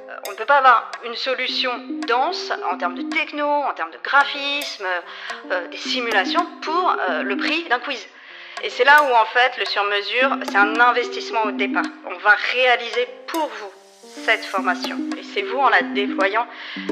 On ne peut pas avoir une solution dense en termes de techno, en termes de graphisme, des simulations pour le prix d'un quiz. Et c'est là où en fait le sur-mesure, c'est un investissement au départ. On va réaliser pour vous cette formation. Et c'est vous en la déployant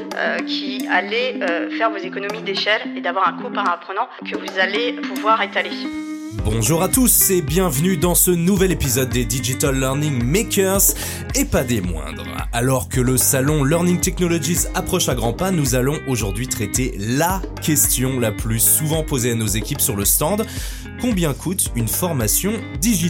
qui allez faire vos économies d'échelle et d'avoir un coût par apprenant que vous allez pouvoir étaler. Bonjour à tous et bienvenue dans ce nouvel épisode des Digital Learning Makers et pas des moindres. Alors que le salon Learning Technologies approche à grands pas, nous allons aujourd'hui traiter la question la plus souvent posée à nos équipes sur le stand. Combien coûte une formation digitale ?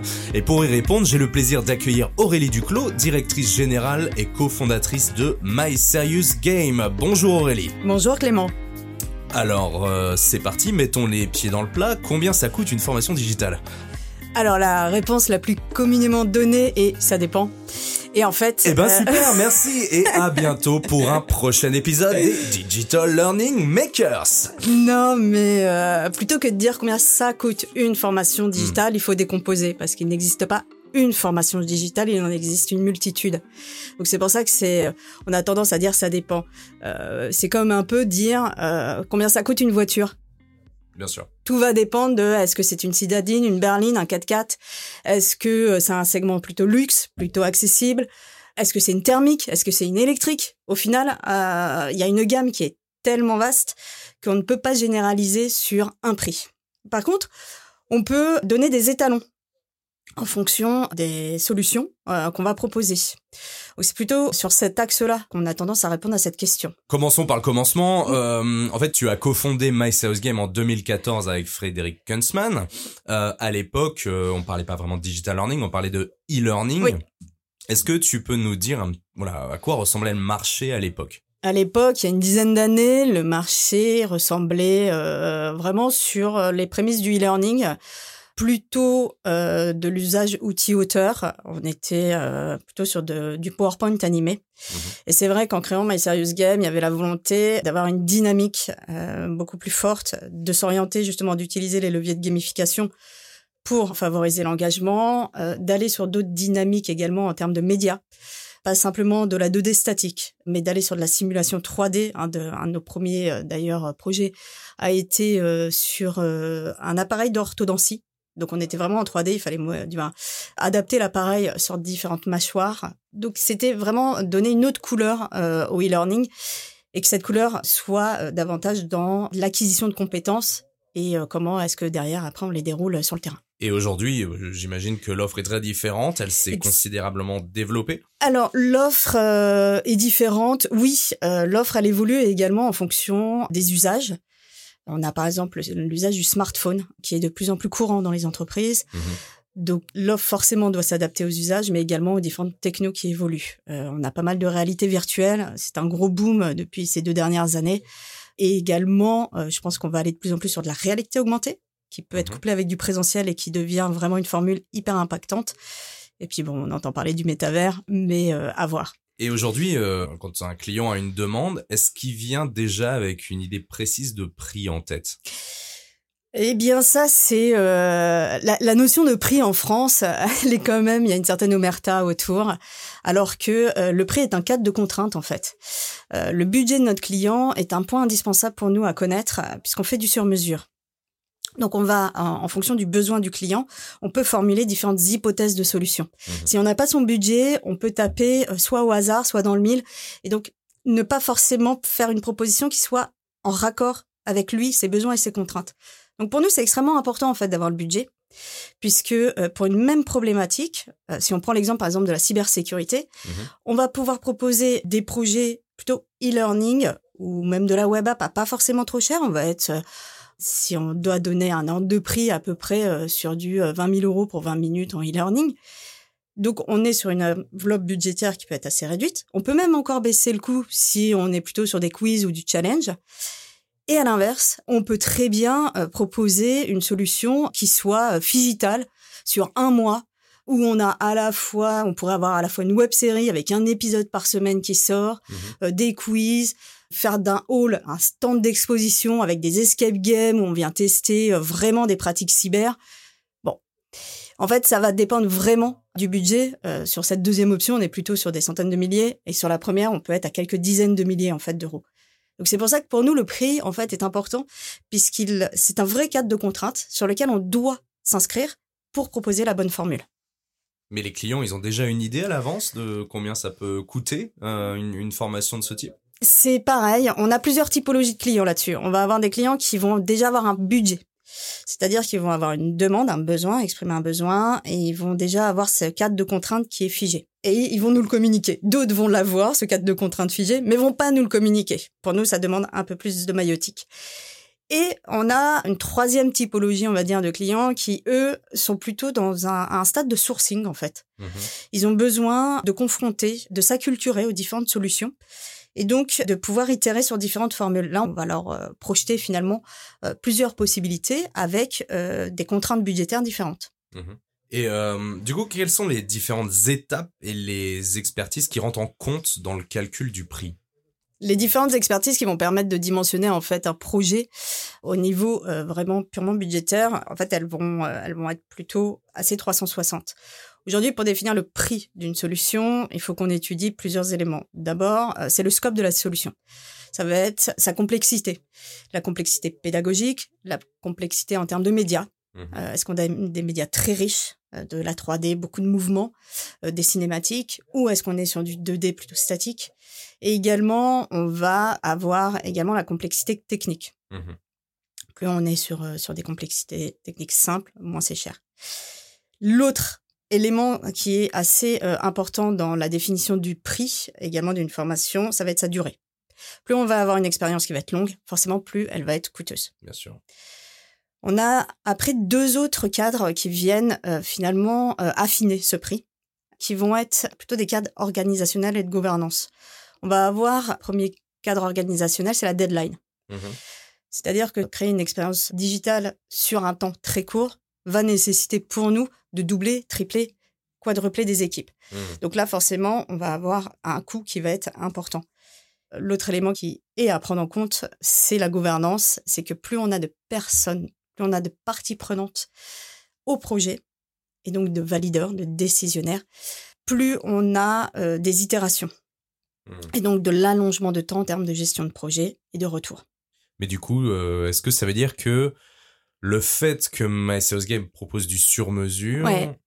Et pour y répondre, j'ai le plaisir d'accueillir Aurélie Duclos, directrice générale et cofondatrice de My Serious Game. Bonjour Aurélie. Bonjour Clément. Alors, c'est parti, mettons les pieds dans le plat. Combien ça coûte une formation digitale ? Alors, la réponse la plus communément donnée est « ça dépend ». Et en fait... super, merci. Et à bientôt pour un prochain épisode des Digital Learning Makers. Non, mais plutôt que de dire combien ça coûte une formation digitale, il faut décomposer parce qu'il n'existe pas une formation digitale, il en existe une multitude. Donc c'est pour ça que on a tendance à dire ça dépend. C'est comme un peu dire combien ça coûte une voiture. Bien sûr. Tout va dépendre de est-ce que c'est une citadine, une berline, un 4x4, est-ce que c'est un segment plutôt luxe, plutôt accessible, est-ce que c'est une thermique, est-ce que c'est une électrique. Au final, il y a une gamme qui est tellement vaste qu'on ne peut pas généraliser sur un prix. Par contre, on peut donner des étalons en fonction des solutions qu'on va proposer. Donc c'est plutôt sur cet axe-là qu'on a tendance à répondre à cette question. Commençons par le commencement. En fait, tu as cofondé My Serious Game en 2014 avec Frédéric Kunzmann. À l'époque, on parlait pas vraiment de digital learning, on parlait de e-learning. Oui. Est-ce que tu peux nous dire à quoi ressemblait le marché à l'époque ? À l'époque, il y a une dizaine d'années, le marché ressemblait vraiment sur les prémices du e-learning. Plutôt de l'usage outil-auteur. On était plutôt sur du PowerPoint animé. Et c'est vrai qu'en créant My Serious Game, il y avait la volonté d'avoir une dynamique beaucoup plus forte, de s'orienter justement, d'utiliser les leviers de gamification pour favoriser l'engagement, d'aller sur d'autres dynamiques également en termes de médias. Pas simplement de la 2D statique, mais d'aller sur de la simulation 3D. Un de nos premiers, d'ailleurs, projets a été sur un appareil d'orthodontie. Donc, on était vraiment en 3D, il fallait adapter l'appareil sur différentes mâchoires. Donc, c'était vraiment donner une autre couleur au e-learning et que cette couleur soit davantage dans l'acquisition de compétences et comment est-ce que derrière, après, on les déroule sur le terrain. Et aujourd'hui, j'imagine que l'offre est très différente, elle s'est considérablement développée. Alors, l'offre est différente. Oui, l'offre, elle évolue également en fonction des usages. On a par exemple l'usage du smartphone qui est de plus en plus courant dans les entreprises. Donc l'offre forcément doit s'adapter aux usages, mais également aux différentes technos qui évoluent. On a pas mal de réalité virtuelle, c'est un gros boom depuis ces 2 dernières années. Et également, je pense qu'on va aller de plus en plus sur de la réalité augmentée, qui peut être couplée avec du présentiel et qui devient vraiment une formule hyper impactante. Et puis bon, on entend parler du métavers, mais à voir. Et aujourd'hui, quand un client a une demande, est-ce qu'il vient déjà avec une idée précise de prix en tête ? Eh bien ça, c'est la notion de prix en France, elle est quand même, il y a une certaine omerta autour, alors que le prix est un cadre de contrainte en fait. Le budget de notre client est un point indispensable pour nous à connaître puisqu'on fait du sur-mesure. Donc on va, en fonction du besoin du client, on peut formuler différentes hypothèses de solutions. Si on n'a pas son budget, on peut taper soit au hasard, soit dans le mille, et donc ne pas forcément faire une proposition qui soit en raccord avec lui, ses besoins et ses contraintes. Donc pour nous, c'est extrêmement important en fait d'avoir le budget, puisque pour une même problématique, si on prend l'exemple par exemple de la cybersécurité, on va pouvoir proposer des projets plutôt e-learning ou même de la web app à pas forcément trop cher. On va être si on doit donner un ordre de prix à peu près sur du 20 000 € pour 20 minutes en e-learning. Donc, on est sur une enveloppe budgétaire qui peut être assez réduite. On peut même encore baisser le coût si on est plutôt sur des quiz ou du challenge. Et à l'inverse, on peut très bien proposer une solution qui soit digitale sur 1 mois, où on pourrait avoir à la fois une web-série avec un épisode par semaine qui sort, des quiz, faire d'un hall un stand d'exposition avec des escape games où on vient tester vraiment des pratiques cyber. Bon, en fait, ça va dépendre vraiment du budget. Sur cette deuxième option, on est plutôt sur des centaines de milliers. Et sur la première, on peut être à quelques dizaines de milliers en fait d'euros. Donc c'est pour ça que pour nous, le prix en fait est important c'est un vrai cadre de contrainte sur lequel on doit s'inscrire pour proposer la bonne formule. Mais les clients, ils ont déjà une idée à l'avance de combien ça peut coûter une formation de ce type? C'est pareil, on a plusieurs typologies de clients là-dessus. On va avoir des clients qui vont déjà avoir un budget. C'est-à-dire qu'ils vont avoir une demande, un besoin, exprimer un besoin, et ils vont déjà avoir ce cadre de contrainte qui est figé. Et ils vont nous le communiquer. D'autres vont l'avoir, ce cadre de contrainte figé, mais vont pas nous le communiquer. Pour nous, ça demande un peu plus de maïeutique. Et on a une troisième typologie, on va dire, de clients qui, eux, sont plutôt dans un stade de sourcing, en fait. Mmh. Ils ont besoin de confronter, de s'acculturer aux différentes solutions et donc de pouvoir itérer sur différentes formules. Là, on va leur projeter finalement plusieurs possibilités avec des contraintes budgétaires différentes. Mmh. Et du coup, quelles sont les différentes étapes et les expertises qui rentrent en compte dans le calcul du prix? Les différentes expertises qui vont permettre de dimensionner en fait un projet au niveau vraiment purement budgétaire, en fait, elles vont être plutôt assez 360. Aujourd'hui, pour définir le prix d'une solution, il faut qu'on étudie plusieurs éléments. D'abord, c'est le scope de la solution. Ça va être sa complexité. La complexité pédagogique, la complexité en termes de médias. Est-ce qu'on a des médias très riches, de la 3D, beaucoup de mouvements, des cinématiques, ou est-ce qu'on est sur du 2D plutôt statique? Et également, on va avoir également la complexité technique. Plus on est sur des complexités techniques simples, moins c'est cher. L'autre élément qui est assez important dans la définition du prix, également d'une formation, ça va être sa durée. Plus on va avoir une expérience qui va être longue, forcément plus elle va être coûteuse. Bien sûr. On a après deux autres cadres qui viennent finalement affiner ce prix, qui vont être plutôt des cadres organisationnels et de gouvernance. On va avoir, premier cadre organisationnel, c'est la deadline. C'est-à-dire que créer une expérience digitale sur un temps très court va nécessiter pour nous de doubler, tripler, quadrupler des équipes. Donc là, forcément, on va avoir un coût qui va être important. L'autre élément qui est à prendre en compte, c'est la gouvernance. C'est que plus on a de personnes, plus on a de parties prenantes au projet, et donc de valideurs, de décisionnaires, plus on a des itérations. Et donc de l'allongement de temps en termes de gestion de projet et de retour. Mais du coup, est-ce que ça veut dire que le fait que MySalesGame propose du sur-mesure,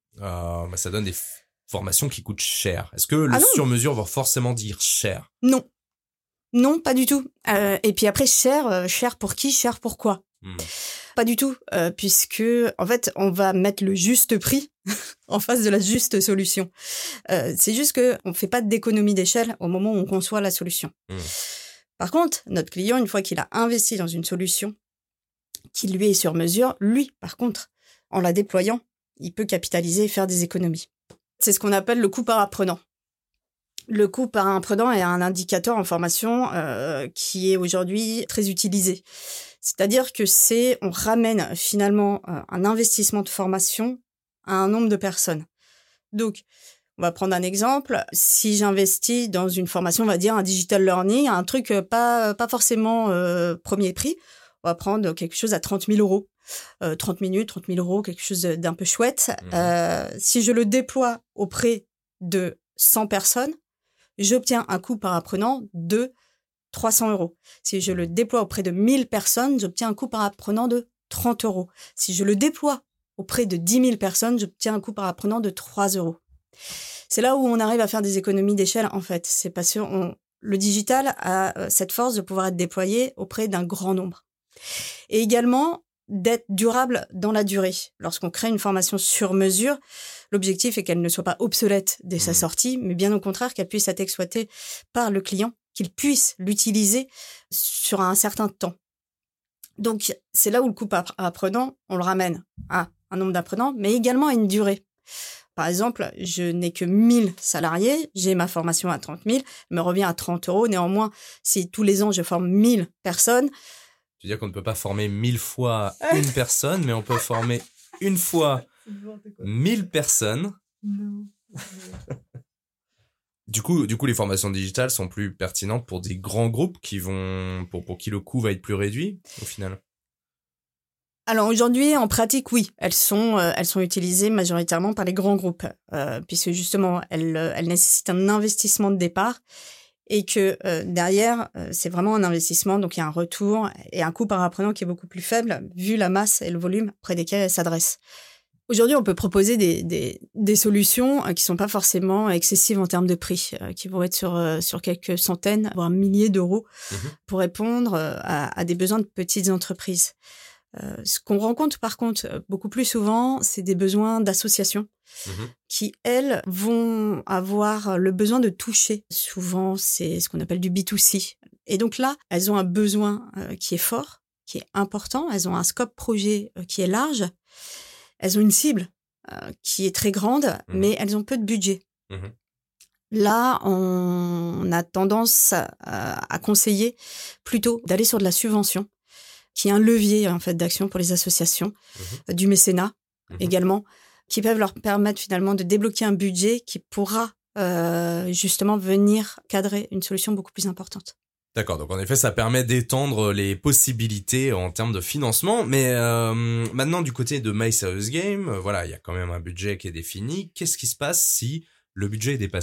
ça donne des formations qui coûtent cher? Est-ce que le sur-mesure va forcément dire cher? Non. Non, pas du tout. Et puis après, cher pour qui? Cher pour quoi? Pas du tout, puisque en fait, on va mettre le juste prix en face de la juste solution. C'est juste que on fait pas d'économie d'échelle au moment où on conçoit la solution. Par contre, notre client, une fois qu'il a investi dans une solution qui lui est sur mesure, lui, par contre, en la déployant, il peut capitaliser et faire des économies. C'est ce qu'on appelle le coût par apprenant. Le coût par apprenant est un indicateur en formation qui est aujourd'hui très utilisé. C'est-à-dire que on ramène finalement un investissement de formation à un nombre de personnes. Donc, on va prendre un exemple. Si j'investis dans une formation, on va dire un digital learning, un truc pas forcément premier prix, on va prendre quelque chose à 30 000 euros. 30 minutes, 30 000 euros, quelque chose d'un peu chouette. Si je le déploie auprès de 100 personnes, j'obtiens un coût par apprenant de 300 euros. Si je le déploie auprès de 1000 personnes, j'obtiens un coût par apprenant de 30 euros. Si je le déploie auprès de 10 000 personnes, j'obtiens un coût par apprenant de 3 euros. C'est là où on arrive à faire des économies d'échelle, en fait. C'est parce que le digital a cette force de pouvoir être déployé auprès d'un grand nombre. Et également, d'être durable dans la durée. Lorsqu'on crée une formation sur mesure, l'objectif est qu'elle ne soit pas obsolète dès sa sortie, mais bien au contraire, qu'elle puisse être exploitée par le client, qu'il puisse l'utiliser sur un certain temps. Donc, c'est là où le coût par apprenant, on le ramène à un nombre d'apprenants, mais également à une durée. Par exemple, je n'ai que 1000 salariés, j'ai ma formation à 30 000, elle me revient à 30 euros. Néanmoins, si tous les ans, je forme 1000 personnes... Tu veux dire qu'on ne peut pas former 1000 fois une personne, mais on peut former une fois 1000 personnes. Non. Du coup, les formations digitales sont plus pertinentes pour des grands groupes pour qui le coût va être plus réduit, au final. Alors aujourd'hui, en pratique, oui, elles sont utilisées majoritairement par les grands groupes, puisque justement, elles nécessitent un investissement de départ et que derrière, c'est vraiment un investissement, donc il y a un retour et un coût par apprenant qui est beaucoup plus faible, vu la masse et le volume près desquels elles s'adressent. Aujourd'hui, on peut proposer des solutions qui sont pas forcément excessives en termes de prix, qui vont être sur quelques centaines, voire milliers d'euros, pour répondre à des besoins de petites entreprises. Ce qu'on rencontre par contre beaucoup plus souvent, c'est des besoins d'associations qui, elles, vont avoir le besoin de toucher. Souvent, c'est ce qu'on appelle du B2C. Et donc là, elles ont un besoin qui est fort, qui est important. Elles ont un scope projet qui est large. Elles ont une cible qui est très grande, mais elles ont peu de budget. Là, on a tendance à conseiller plutôt d'aller sur de la subvention, qui est un levier en fait d'action pour les associations, du mécénat également, qui peuvent leur permettre finalement de débloquer un budget qui pourra justement venir cadrer une solution beaucoup plus importante. D'accord, donc en effet, ça permet d'étendre les possibilités en termes de financement. Mais maintenant, du côté de My Serious Game, voilà, il y a quand même un budget qui est défini. Qu'est-ce qui se passe si le budget est dépassé ?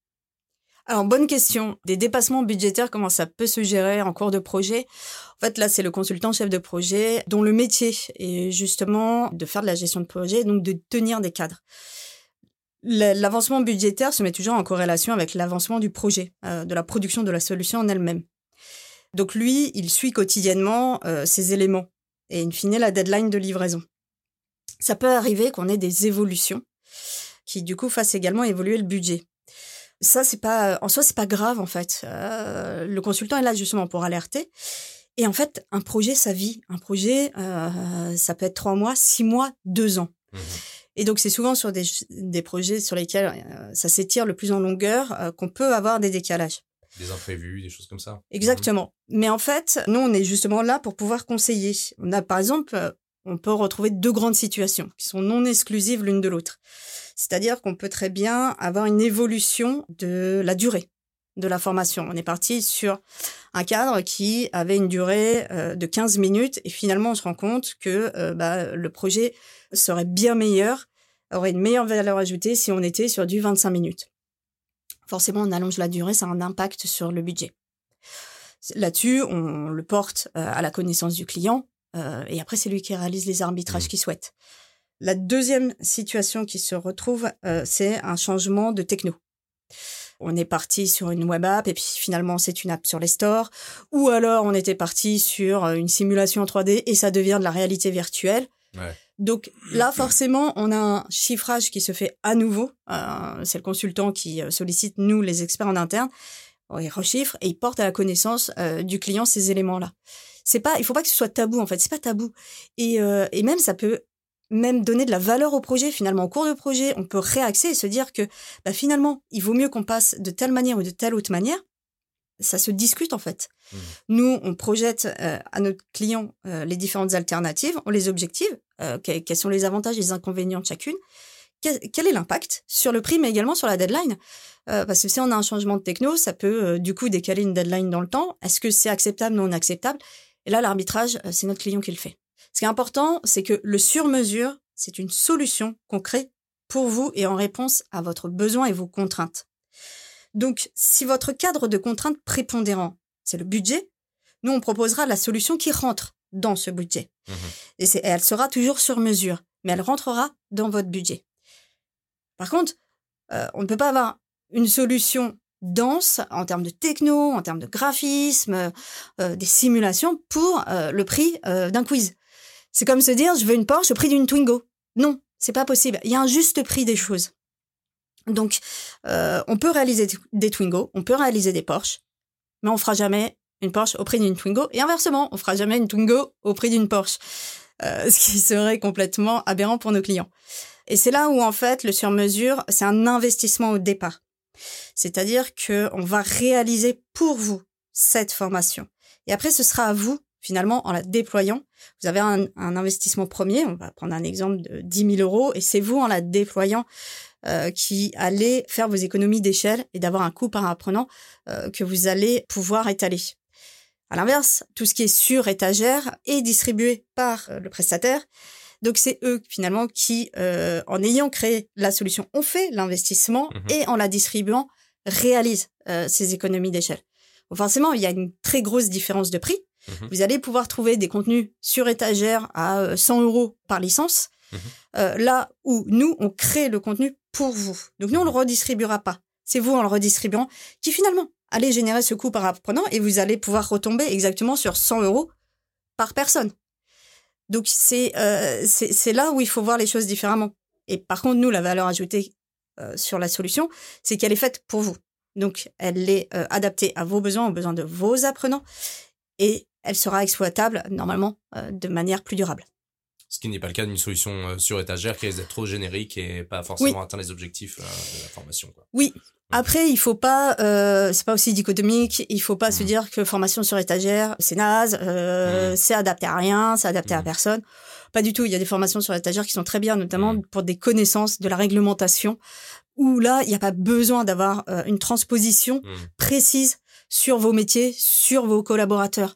Alors, bonne question. Des dépassements budgétaires, comment ça peut se gérer en cours de projet ? En fait, là, c'est le consultant chef de projet dont le métier est justement de faire de la gestion de projet, donc de tenir des cadres. L'avancement budgétaire se met toujours en corrélation avec l'avancement du projet, de la production de la solution en elle-même. Donc lui, il suit quotidiennement ces éléments et in fine la deadline de livraison. Ça peut arriver qu'on ait des évolutions qui du coup fassent également évoluer le budget. Ça, c'est pas, en soi, c'est pas grave, en fait. Le consultant est là justement pour alerter. Et en fait, un projet, ça vit. Un projet, ça peut être 3 mois, 6 mois, 2 ans. Et donc, c'est souvent sur des projets sur lesquels ça s'étire le plus en longueur qu'on peut avoir des décalages. Des imprévus, des choses comme ça. Exactement. Mais en fait, nous, on est justement là pour pouvoir conseiller. On a, par exemple, on peut retrouver 2 grandes situations qui sont non exclusives l'une de l'autre. C'est-à-dire qu'on peut très bien avoir une évolution de la durée de la formation. On est parti sur un cadre qui avait une durée de 15 minutes et finalement on se rend compte que le projet serait bien meilleur, aurait une meilleure valeur ajoutée si on était sur du 25 minutes. Forcément, on allonge la durée, ça a un impact sur le budget. Là-dessus, on le porte à la connaissance du client et après c'est lui qui réalise les arbitrages qu'il souhaite. La deuxième situation qui se retrouve, c'est un changement de techno. On est parti sur une web app et puis finalement c'est une app sur les stores. Ou alors on était parti sur une simulation en 3D et ça devient de la réalité virtuelle. Ouais. Donc là forcément on a un chiffrage qui se fait à nouveau. C'est le consultant qui sollicite nous les experts en interne. Il rechiffre et il porte à la connaissance du client ces éléments-là. Il faut pas que ce soit tabou en fait. C'est pas tabou. Et même ça peut même donner de la valeur au projet. Finalement, en cours de projet, on peut réaxer et se dire que finalement, il vaut mieux qu'on passe de telle manière ou de telle autre manière. Ça se discute en fait. Nous, on projette à notre client les différentes alternatives, on les objective, quels sont les avantages et les inconvénients de chacune, quel est l'impact sur le prix, mais également sur la deadline. Parce que si on a un changement de techno, ça peut du coup décaler une deadline dans le temps. Est-ce que c'est acceptable, non acceptable ? Et là, l'arbitrage, c'est notre client qui le fait. Ce qui est important, c'est que le sur-mesure, c'est une solution qu'on crée pour vous et en réponse à votre besoin et vos contraintes. Donc, si votre cadre de contraintes prépondérant, c'est le budget, nous, on proposera la solution qui rentre dans ce budget. Et elle sera toujours sur mesure, mais elle rentrera dans votre budget. Par contre, on ne peut pas avoir une solution dense en termes de techno, en termes de graphisme, des simulations pour le prix d'un quiz. C'est comme se dire, je veux une Porsche au prix d'une Twingo. Non, c'est pas possible. Il y a un juste prix des choses. Donc, on peut réaliser des Twingo, on peut réaliser des Porsche, mais on fera jamais une Porsche au prix d'une Twingo. Et inversement, on fera jamais une Twingo au prix d'une Porsche. Ce qui serait complètement aberrant pour nos clients. Et c'est là où, en fait, le sur-mesure, c'est un investissement au départ. C'est-à-dire qu'on va réaliser pour vous cette formation. Et après, ce sera à vous, finalement, en la déployant. Vous avez un investissement premier, on va prendre un exemple de 10 000 €, et c'est vous, en la déployant, qui allez faire vos économies d'échelle et d'avoir un coût par apprenant que vous allez pouvoir étaler. À l'inverse, tout ce qui est sur étagère est distribué par le prestataire. Donc, c'est eux, finalement, qui, en ayant créé la solution, ont fait l'investissement et en la distribuant, réalisent ces économies d'échelle. Donc, forcément, il y a une très grosse différence de prix. Vous allez pouvoir trouver des contenus sur étagère à 100 € par licence, là où nous, on crée le contenu pour vous. Donc, nous, on le redistribuera pas. C'est vous, en le redistribuant, qui finalement allez générer ce coût par apprenant et vous allez pouvoir retomber exactement sur 100 € par personne. Donc, c'est là où il faut voir les choses différemment. Et par contre, nous, la valeur ajoutée sur la solution, c'est qu'elle est faite pour vous. Donc, elle est adaptée à vos besoins, aux besoins de vos apprenants, et elle sera exploitable, normalement, de manière plus durable. Ce qui n'est pas le cas d'une solution sur étagère qui risque d'être trop générique et pas forcément atteindre les objectifs de la formation, quoi. Oui. Après, il faut pas, c'est pas aussi dichotomique. Il faut pas se dire que formation sur étagère, c'est naze, c'est adapté à rien, c'est adapté à personne. Pas du tout. Il y a des formations sur étagère qui sont très bien, notamment pour des connaissances de la réglementation, où là, il n'y a pas besoin d'avoir une transposition précise sur vos métiers, sur vos collaborateurs.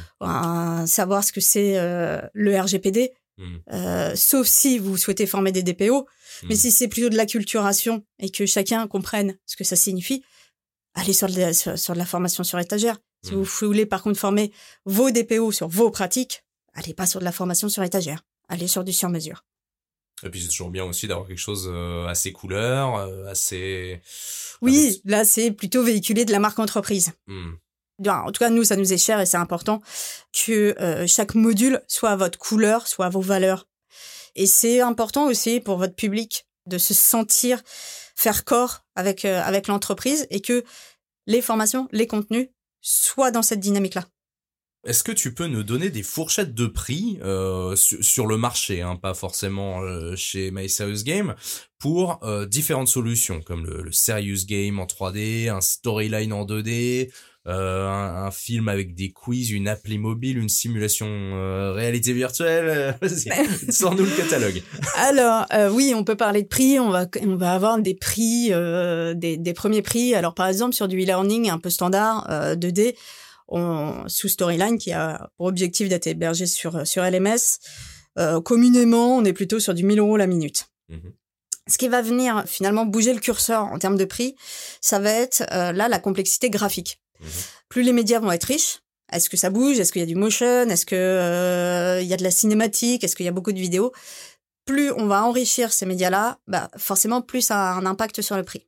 Savoir ce que c'est le RGPD. Sauf si vous souhaitez former des DPO, mais si c'est plutôt de l'acculturation et que chacun comprenne ce que ça signifie, allez sur de la formation sur étagère. Si vous voulez par contre former vos DPO sur vos pratiques, allez pas sur de la formation sur étagère, allez sur du sur-mesure. Et puis c'est toujours bien aussi d'avoir quelque chose assez couleur, assez... Oui, là c'est plutôt véhiculer de la marque entreprise. En tout cas, nous, ça nous est cher et c'est important que chaque module soit à votre couleur, soit à vos valeurs. Et c'est important aussi pour votre public de se sentir faire corps avec l'entreprise et que les formations, les contenus soient dans cette dynamique-là. Est-ce que tu peux nous donner des fourchettes de prix sur le marché, hein, pas forcément chez My Serious Game, pour différentes solutions comme le Serious Game en 3D, un storyline en 2D, un film avec des quiz, une appli mobile, une simulation réalité virtuelle. Sors-nous le catalogue. Alors oui, on peut parler de prix. On va avoir des prix, des premiers prix. Alors par exemple sur du e-learning un peu standard 2D. Sous Storyline, qui a pour objectif d'être hébergé sur LMS. Communément, on est plutôt sur du 1 000 € la minute. Ce qui va venir finalement bouger le curseur en termes de prix, ça va être là la complexité graphique. Plus les médias vont être riches, est-ce que ça bouge, est-ce qu'il y a du motion, est-ce que il y a de la cinématique, est-ce qu'il y a beaucoup de vidéos, plus on va enrichir ces médias-là, forcément plus ça a un impact sur le prix.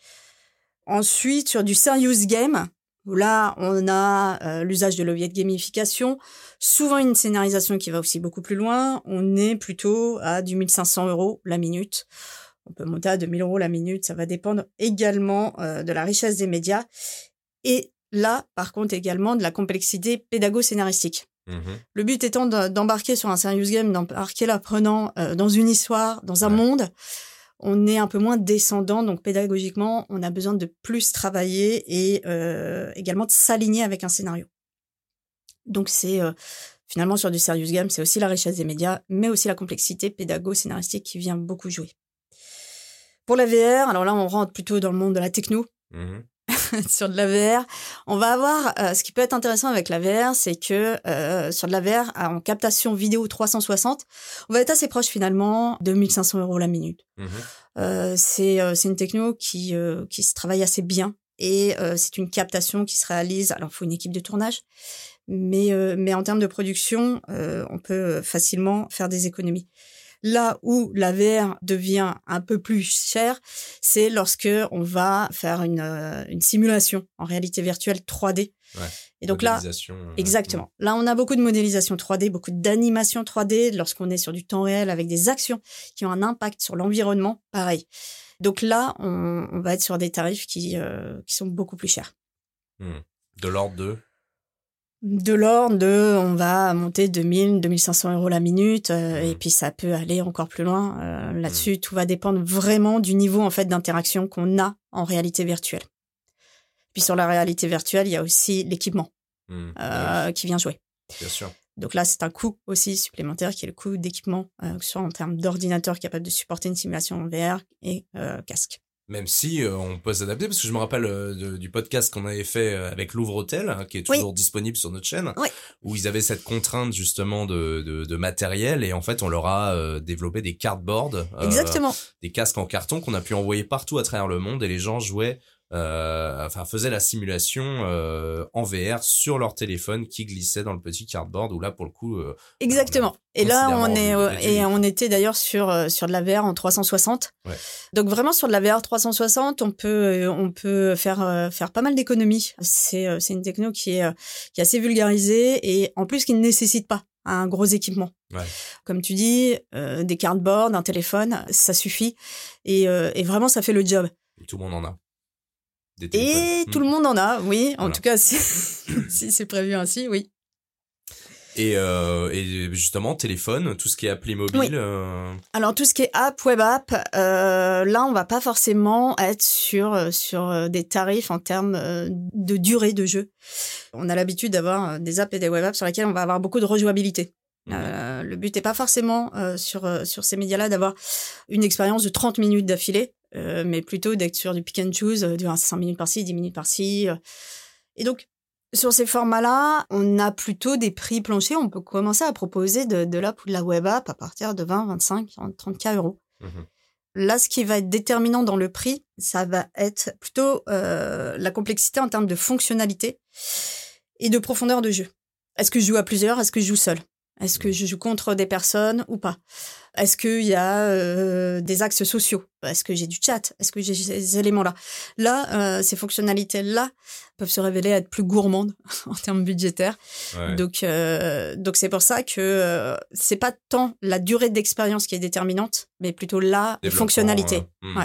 Ensuite, sur du serious game, où là, on a l'usage de leviers de gamification, souvent une scénarisation qui va aussi beaucoup plus loin. On est plutôt à du 1 500 € la minute. On peut monter à 2 000 € la minute. Ça va dépendre également de la richesse des médias. Et là, par contre, également de la complexité pédago-scénaristique. Le but étant d'embarquer sur un serious game, d'embarquer l'apprenant dans une histoire, dans un monde. On est un peu moins descendant, donc pédagogiquement, on a besoin de plus travailler et également de s'aligner avec un scénario. Donc c'est finalement sur du serious game, c'est aussi la richesse des médias, mais aussi la complexité pédago-scénaristique qui vient beaucoup jouer. Pour la VR, alors là on rentre plutôt dans le monde de la techno. Sur de la VR, on va avoir ce qui peut être intéressant avec la VR, c'est que sur de la VR en captation vidéo 360, on va être assez proche finalement de 1 500 € la minute. C'est une techno qui se travaille assez bien et c'est une captation qui se réalise. Alors, il faut une équipe de tournage, mais en termes de production, on peut facilement faire des économies. Là où la VR devient un peu plus chère, c'est lorsque on va faire une simulation en réalité virtuelle 3D. Et donc là, exactement. Là, on a beaucoup de modélisation 3D, beaucoup d'animation 3D lorsqu'on est sur du temps réel avec des actions qui ont un impact sur l'environnement. Pareil. Donc là, on va être sur des tarifs qui sont beaucoup plus chers. De l'ordre on va monter 2000, 2500 € la minute, et puis ça peut aller encore plus loin. Là-dessus, tout va dépendre vraiment du niveau, en fait, d'interaction qu'on a en réalité virtuelle. Puis sur la réalité virtuelle, il y a aussi l'équipement, qui vient jouer. Bien sûr. Donc là, c'est un coût aussi supplémentaire qui est le coût d'équipement, que ce soit en termes d'ordinateur capable de supporter une simulation en VR et casque. Même si on peut s'adapter, parce que je me rappelle du podcast qu'on avait fait avec Louvre Hôtel, hein, qui est toujours disponible sur notre chaîne, où ils avaient cette contrainte justement de matériel, et en fait on leur a développé des cardboards, Exactement. Des casques en carton qu'on a pu envoyer partout à travers le monde, et les gens jouaient, faisaient la simulation en VR sur leur téléphone qui glissait dans le petit cardboard, où là pour le coup exactement. Et là on était d'ailleurs sur de la VR en 360. Donc vraiment sur de la VR 360, on peut faire pas mal d'économies. C'est une techno qui est assez vulgarisée et en plus qui ne nécessite pas un gros équipement. Comme tu dis, des cardboards, un téléphone, ça suffit et vraiment ça fait le job. Et tout le monde en a. Et tout le monde en a, oui. En tout cas, si c'est prévu ainsi, oui. Et justement, téléphone, tout ce qui est appli mobile. Alors tout ce qui est app, web app, là on va pas forcément être sur des tarifs en termes de durée de jeu. On a l'habitude d'avoir des apps et des web apps sur lesquelles on va avoir beaucoup de rejouabilité. Le but est pas forcément sur ces médias-là d'avoir une expérience de 30 minutes d'affilée, mais plutôt d'être sur du pick and choose, du 5 minutes par-ci, 10 minutes par-ci. Et donc, sur ces formats-là, on a plutôt des prix planchers. On peut commencer à proposer de l'app ou de la web app à partir de 20, 25, 30 €. Là, ce qui va être déterminant dans le prix, ça va être plutôt la complexité en termes de fonctionnalité et de profondeur de jeu. Est-ce que je joue à plusieurs? Est-ce que je joue seul? Est-ce que je joue contre des personnes ou pas? Est-ce qu'il y a des axes sociaux? Est-ce que j'ai du chat? Est-ce que j'ai ces éléments-là? Là, ces fonctionnalités-là peuvent se révéler être plus gourmandes en termes budgétaires. Donc c'est pour ça que c'est pas tant la durée d'expérience qui est déterminante, mais plutôt la fonctionnalité.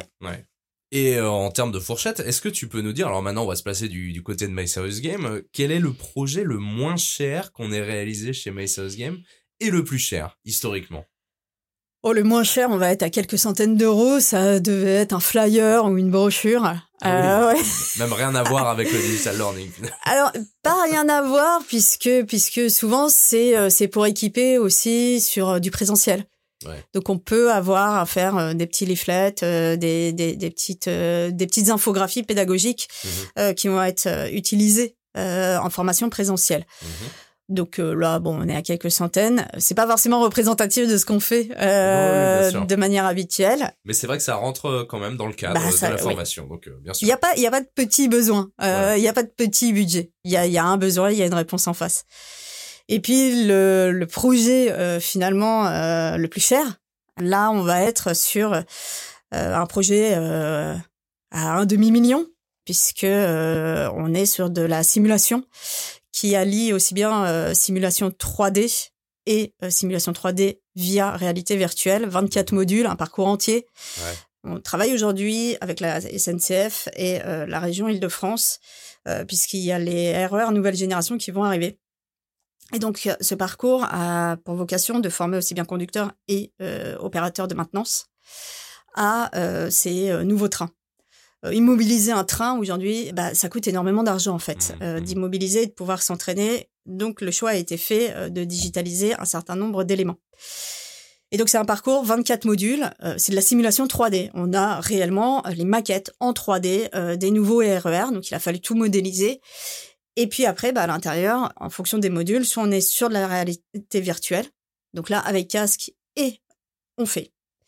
Et en termes de fourchette, est-ce que tu peux nous dire, alors maintenant on va se placer du côté de My Serious Game, quel est le projet le moins cher qu'on ait réalisé chez My Serious Game et le plus cher, historiquement? Oh, le moins cher, on va être à quelques centaines d'euros. Ça devait être un flyer ou une brochure. Même rien à voir avec le digital learning. Alors, pas rien à voir puisque souvent c'est pour équiper aussi sur du présentiel. Donc on peut avoir à faire des petits leaflets, des petites infographies pédagogiques qui vont être utilisées en formation présentielle. Donc là, bon, on est à quelques centaines. C'est pas forcément représentatif de ce qu'on fait de manière habituelle. Mais c'est vrai que ça rentre quand même dans le cadre de la formation. Donc bien sûr. Il y a pas de petits besoins. Il y a pas de petit budget. Il y a un besoin, il y a une réponse en face. Et puis le projet finalement le plus cher, là on va être sur un projet à un demi-million puisque on est sur de la simulation qui allie aussi bien simulation 3D et simulation 3D via réalité virtuelle, 24 modules, un parcours entier. On travaille aujourd'hui avec la SNCF et la région Île-de-France puisqu'il y a les RER nouvelle génération qui vont arriver. Et donc, ce parcours a pour vocation de former aussi bien conducteurs et opérateurs de maintenance à ces nouveaux trains. Immobiliser un train aujourd'hui, ça coûte énormément d'argent en fait, d'immobiliser et de pouvoir s'entraîner. Donc, le choix a été fait de digitaliser un certain nombre d'éléments. Et donc, c'est un parcours 24 modules, c'est de la simulation 3D. On a réellement les maquettes en 3D des nouveaux RER, donc il a fallu tout modéliser. Et puis après, à l'intérieur, en fonction des modules, soit on est sur de la réalité virtuelle, donc là, avec casque et on fait.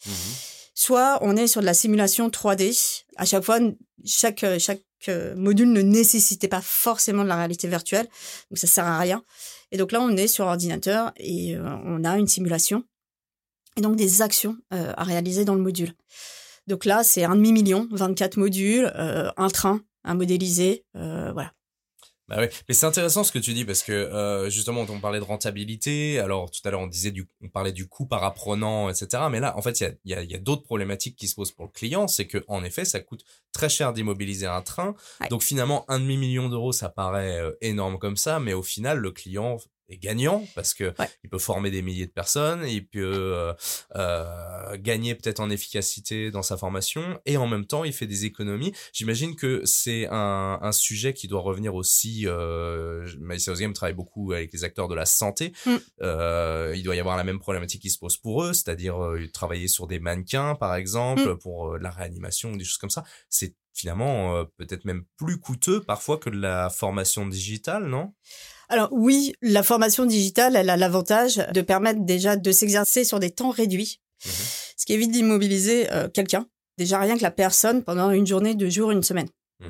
Soit on est sur de la simulation 3D. À chaque fois, chaque module ne nécessitait pas forcément de la réalité virtuelle, donc ça sert à rien. Et donc là, on est sur ordinateur et on a une simulation et donc des actions à réaliser dans le module. Donc là, c'est 1,5 million, 24 modules, un train à modéliser, voilà. Bah ouais, mais c'est intéressant ce que tu dis parce que justement on parlait de rentabilité. Alors tout à l'heure on parlait du coût par apprenant, etc. Mais là en fait il y a d'autres problématiques qui se posent pour le client, c'est que en effet ça coûte très cher d'immobiliser un train. Donc finalement 1,5 million d'euros ça paraît énorme comme ça, mais au final le client est gagnant parce que Ouais. il peut former des milliers de personnes, il peut gagner peut-être en efficacité dans sa formation et en même temps il fait des économies. J'imagine que c'est un sujet qui doit revenir aussi. Malice House Games travaille beaucoup avec les acteurs de la santé. Il doit y avoir la même problématique qui se pose pour eux, c'est-à-dire travailler sur des mannequins par exemple pour la réanimation ou des choses comme ça. C'est finalement peut-être même plus coûteux parfois que de la formation digitale, non? Alors oui, la formation digitale, elle a l'avantage de permettre déjà de s'exercer sur des temps réduits, ce qui évite d'immobiliser quelqu'un. Déjà rien que la personne pendant une journée, 2 jours, une semaine.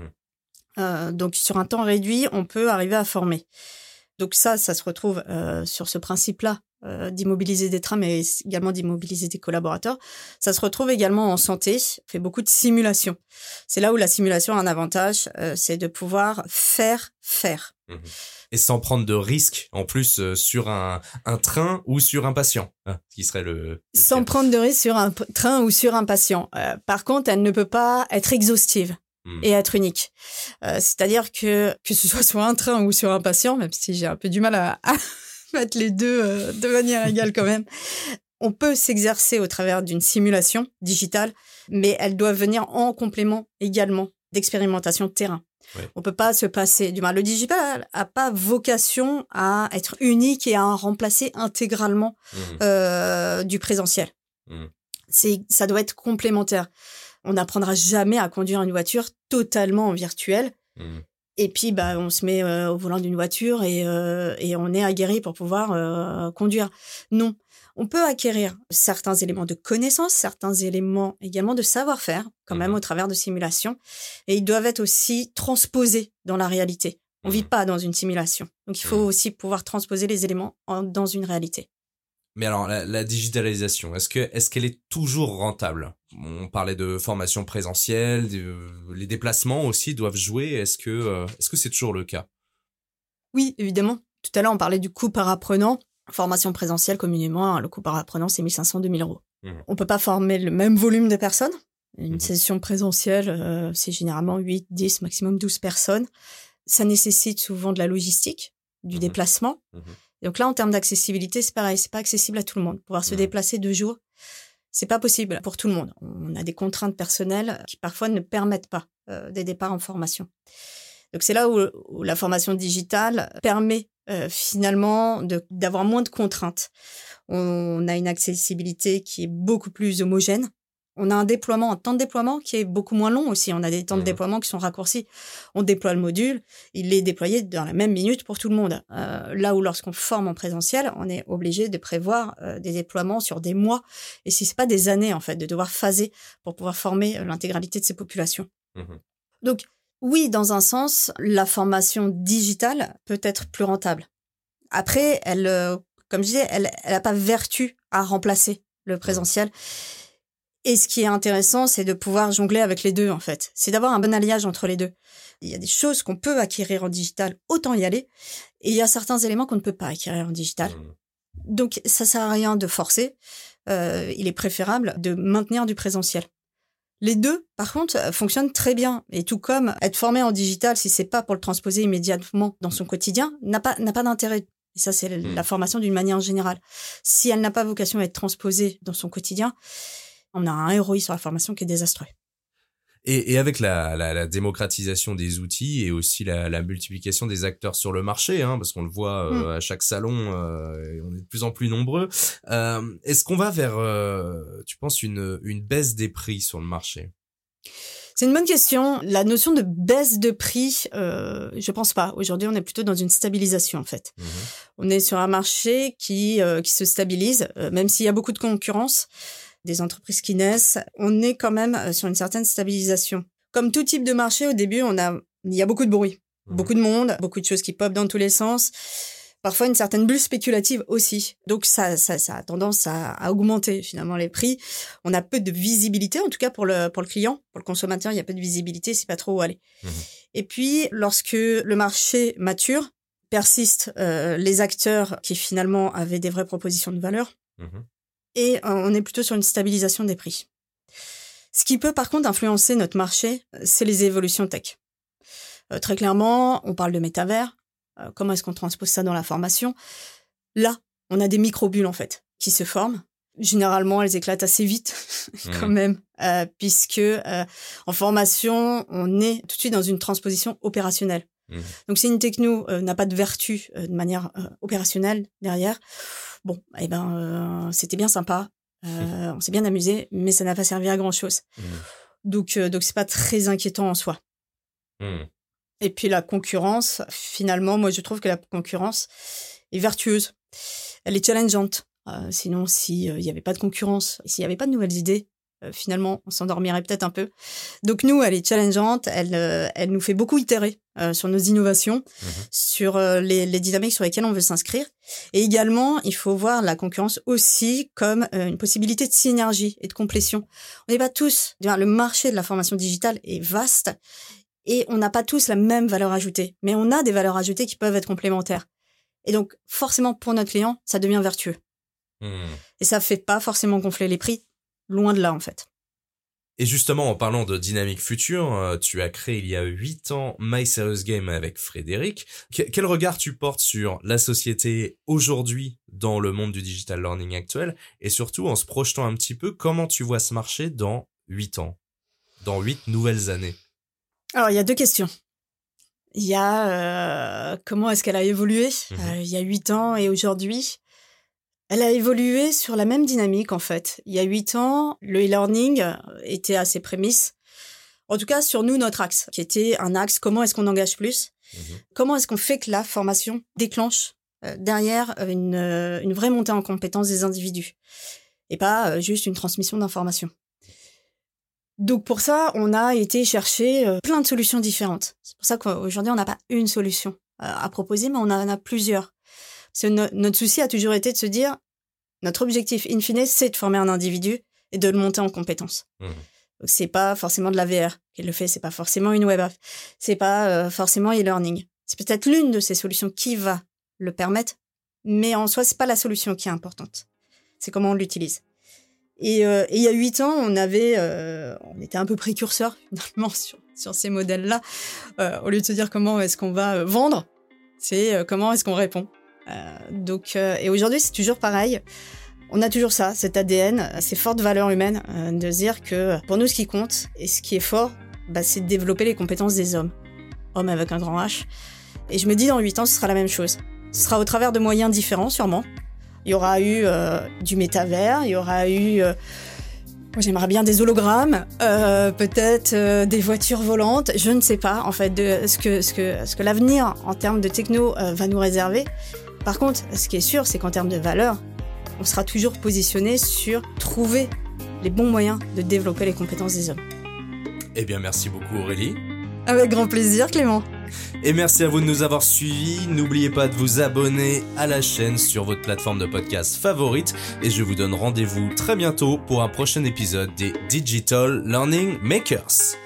Donc sur un temps réduit, on peut arriver à former. Donc ça se retrouve sur ce principe-là d'immobiliser des trains, mais également d'immobiliser des collaborateurs. Ça se retrouve également en santé. On fait beaucoup de simulations. C'est là où la simulation a un avantage, c'est de pouvoir faire. Et sans prendre de risques en plus sur un train ou sur un patient, qui serait le sans prendre de risques sur un train ou sur un patient. Par contre, elle ne peut pas être exhaustive et être unique. C'est-à-dire que ce soit sur un train ou sur un patient, même si j'ai un peu du mal à mettre les deux de manière égale quand même, on peut s'exercer au travers d'une simulation digitale, mais elle doit venir en complément également d'expérimentation de terrain. Ouais. On peut pas se passer du mal. Le digital a pas vocation à être unique et à remplacer intégralement du présentiel. Ça doit être complémentaire. On n'apprendra jamais à conduire une voiture totalement en virtuel. Et puis, on se met au volant d'une voiture et on est aguerri pour pouvoir conduire. Non. On peut acquérir certains éléments de connaissance, certains éléments également de savoir-faire, quand même au travers de simulations. Et ils doivent être aussi transposés dans la réalité. On vit pas dans une simulation. Donc, il faut aussi pouvoir transposer les éléments dans une réalité. Mais alors, la digitalisation, est-ce qu'elle est toujours rentable? On parlait de formation présentielle, les déplacements aussi doivent jouer. Est-ce que c'est toujours le cas? Oui, évidemment. Tout à l'heure, on parlait du coût par apprenant. Formation présentielle, communément, le coût par apprenant, c'est 1 500, 2 000 €. On peut pas former le même volume de personnes. Une session présentielle, c'est généralement 8, 10, maximum 12 personnes. Ça nécessite souvent de la logistique, du déplacement. Donc là, en termes d'accessibilité, c'est pareil, c'est pas accessible à tout le monde. Pouvoir se déplacer 2 jours, c'est pas possible pour tout le monde. On a des contraintes personnelles qui parfois ne permettent pas des départs en formation. Donc c'est là où la formation digitale permet finalement d'avoir moins de contraintes. On a une accessibilité qui est beaucoup plus homogène. On a un temps de déploiement qui est beaucoup moins long aussi. On a des temps de déploiement qui sont raccourcis. On déploie le module, il est déployé dans la même minute pour tout le monde. Là où lorsqu'on forme en présentiel, on est obligé de prévoir des déploiements sur des mois. Et si c'est pas des années, en fait, de devoir phaser pour pouvoir former l'intégralité de ces populations. Donc, oui, dans un sens, la formation digitale peut être plus rentable. Après, comme je disais, elle n'a pas vertu à remplacer le présentiel. Et ce qui est intéressant, c'est de pouvoir jongler avec les deux, en fait. C'est d'avoir un bon alliage entre les deux. Il y a des choses qu'on peut acquérir en digital, autant y aller. Et il y a certains éléments qu'on ne peut pas acquérir en digital. Donc, ça sert à rien de forcer. Il est préférable de maintenir du présentiel. Les deux, par contre, fonctionnent très bien. Et tout comme être formé en digital, si c'est pas pour le transposer immédiatement dans son quotidien, n'a pas d'intérêt. Et ça, c'est la formation d'une manière générale. Si elle n'a pas vocation à être transposée dans son quotidien, on a un ROI sur la formation qui est désastreux. Et avec la démocratisation des outils et aussi la multiplication des acteurs sur le marché, parce qu'on le voit à chaque salon, on est de plus en plus nombreux. Est-ce qu'on va vers, tu penses, une baisse des prix sur le marché? C'est une bonne question. La notion de baisse de prix, je pense pas. Aujourd'hui, on est plutôt dans une stabilisation, en fait. On est sur un marché qui se stabilise, même s'il y a beaucoup de concurrence, des entreprises qui naissent, on est quand même sur une certaine stabilisation. Comme tout type de marché, au début, il y a beaucoup de bruit, beaucoup de monde, beaucoup de choses qui popent dans tous les sens. Parfois, une certaine bulle spéculative aussi. Donc, ça a tendance à augmenter, finalement, les prix. On a peu de visibilité, en tout cas pour le client. Pour le consommateur, il y a peu de visibilité, c'est pas trop où aller. Et puis, lorsque le marché mature, persistent les acteurs qui, finalement, avaient des vraies propositions de valeur. Et on est plutôt sur une stabilisation des prix. Ce qui peut par contre influencer notre marché, c'est les évolutions tech. Très clairement, on parle de métavers, comment est-ce qu'on transpose ça dans la formation? Là, on a des micro-bulles, en fait, qui se forment. Généralement, elles éclatent assez vite, quand même, puisque en formation, on est tout de suite dans une transposition opérationnelle. Donc, si une techno n'a pas de vertu de manière opérationnelle derrière, bon, c'était bien sympa, on s'est bien amusé, mais ça n'a pas servi à grand-chose. Donc, c'est pas très inquiétant en soi. Et puis, la concurrence, finalement, moi, je trouve que la concurrence est vertueuse. Elle est challengeante. Sinon, s'il n'y avait pas de concurrence, s'il n'y avait pas de nouvelles idées, finalement, on s'endormirait peut-être un peu. Donc nous, elle est challengeante, elle nous fait beaucoup itérer sur nos innovations, sur les dynamiques sur lesquelles on veut s'inscrire. Et également, il faut voir la concurrence aussi comme une possibilité de synergie et de complétion. On n'est pas tous... Le marché de la formation digitale est vaste et on n'a pas tous la même valeur ajoutée. Mais on a des valeurs ajoutées qui peuvent être complémentaires. Et donc, forcément, pour notre client, ça devient vertueux. Et ça fait pas forcément gonfler les prix, loin de là en fait. Et justement, en parlant de dynamique future, tu as créé il y a 8 ans My Serious Game avec Frédéric. Quel regard tu portes sur la société aujourd'hui dans le monde du digital learning actuel et surtout en se projetant un petit peu, comment tu vois ce marché dans 8 ans, dans 8 nouvelles années? Alors, il y a 2 questions. Il y a comment est-ce qu'elle a évolué il y a 8 ans et aujourd'hui. Elle a évolué sur la même dynamique, en fait. Il y a 8 ans, le e-learning était à ses prémices. En tout cas, sur nous, notre axe, qui était un axe, comment est-ce qu'on engage plus? Comment est-ce qu'on fait que la formation déclenche derrière une vraie montée en compétence des individus? Et pas juste une transmission d'informations. Donc pour ça, on a été chercher plein de solutions différentes. C'est pour ça qu'aujourd'hui, on n'a pas une solution à proposer, mais on en a plusieurs. Notre souci a toujours été de se dire, notre objectif in fine, c'est de former un individu et de le monter en compétences. Donc, c'est pas forcément de la VR qui le fait, c'est pas forcément une web app, c'est pas forcément e-learning. C'est peut-être l'une de ces solutions qui va le permettre, mais en soi, c'est pas la solution qui est importante. C'est comment on l'utilise. Et il y a 8 ans, on était un peu précurseurs finalement sur ces modèles-là. Au lieu de se dire comment est-ce qu'on va vendre, c'est comment est-ce qu'on répond. Et aujourd'hui, c'est toujours pareil. On a toujours ça, cet ADN, ces fortes valeurs humaines, de se dire que pour nous, ce qui compte et ce qui est fort, c'est de développer les compétences des hommes. Hommes avec un grand H. Et je me dis, dans 8 ans, ce sera la même chose. Ce sera au travers de moyens différents, sûrement. Il y aura eu du métavers, il y aura eu... j'aimerais bien des hologrammes, peut-être des voitures volantes, je ne sais pas, en fait, de ce que l'avenir, en termes de techno, va nous réserver. Par contre, ce qui est sûr, c'est qu'en termes de valeur, on sera toujours positionné sur trouver les bons moyens de développer les compétences des hommes. Eh bien, merci beaucoup Aurélie. Avec grand plaisir Clément. Et merci à vous de nous avoir suivis. N'oubliez pas de vous abonner à la chaîne sur votre plateforme de podcast favorite. Et je vous donne rendez-vous très bientôt pour un prochain épisode des Digital Learning Makers.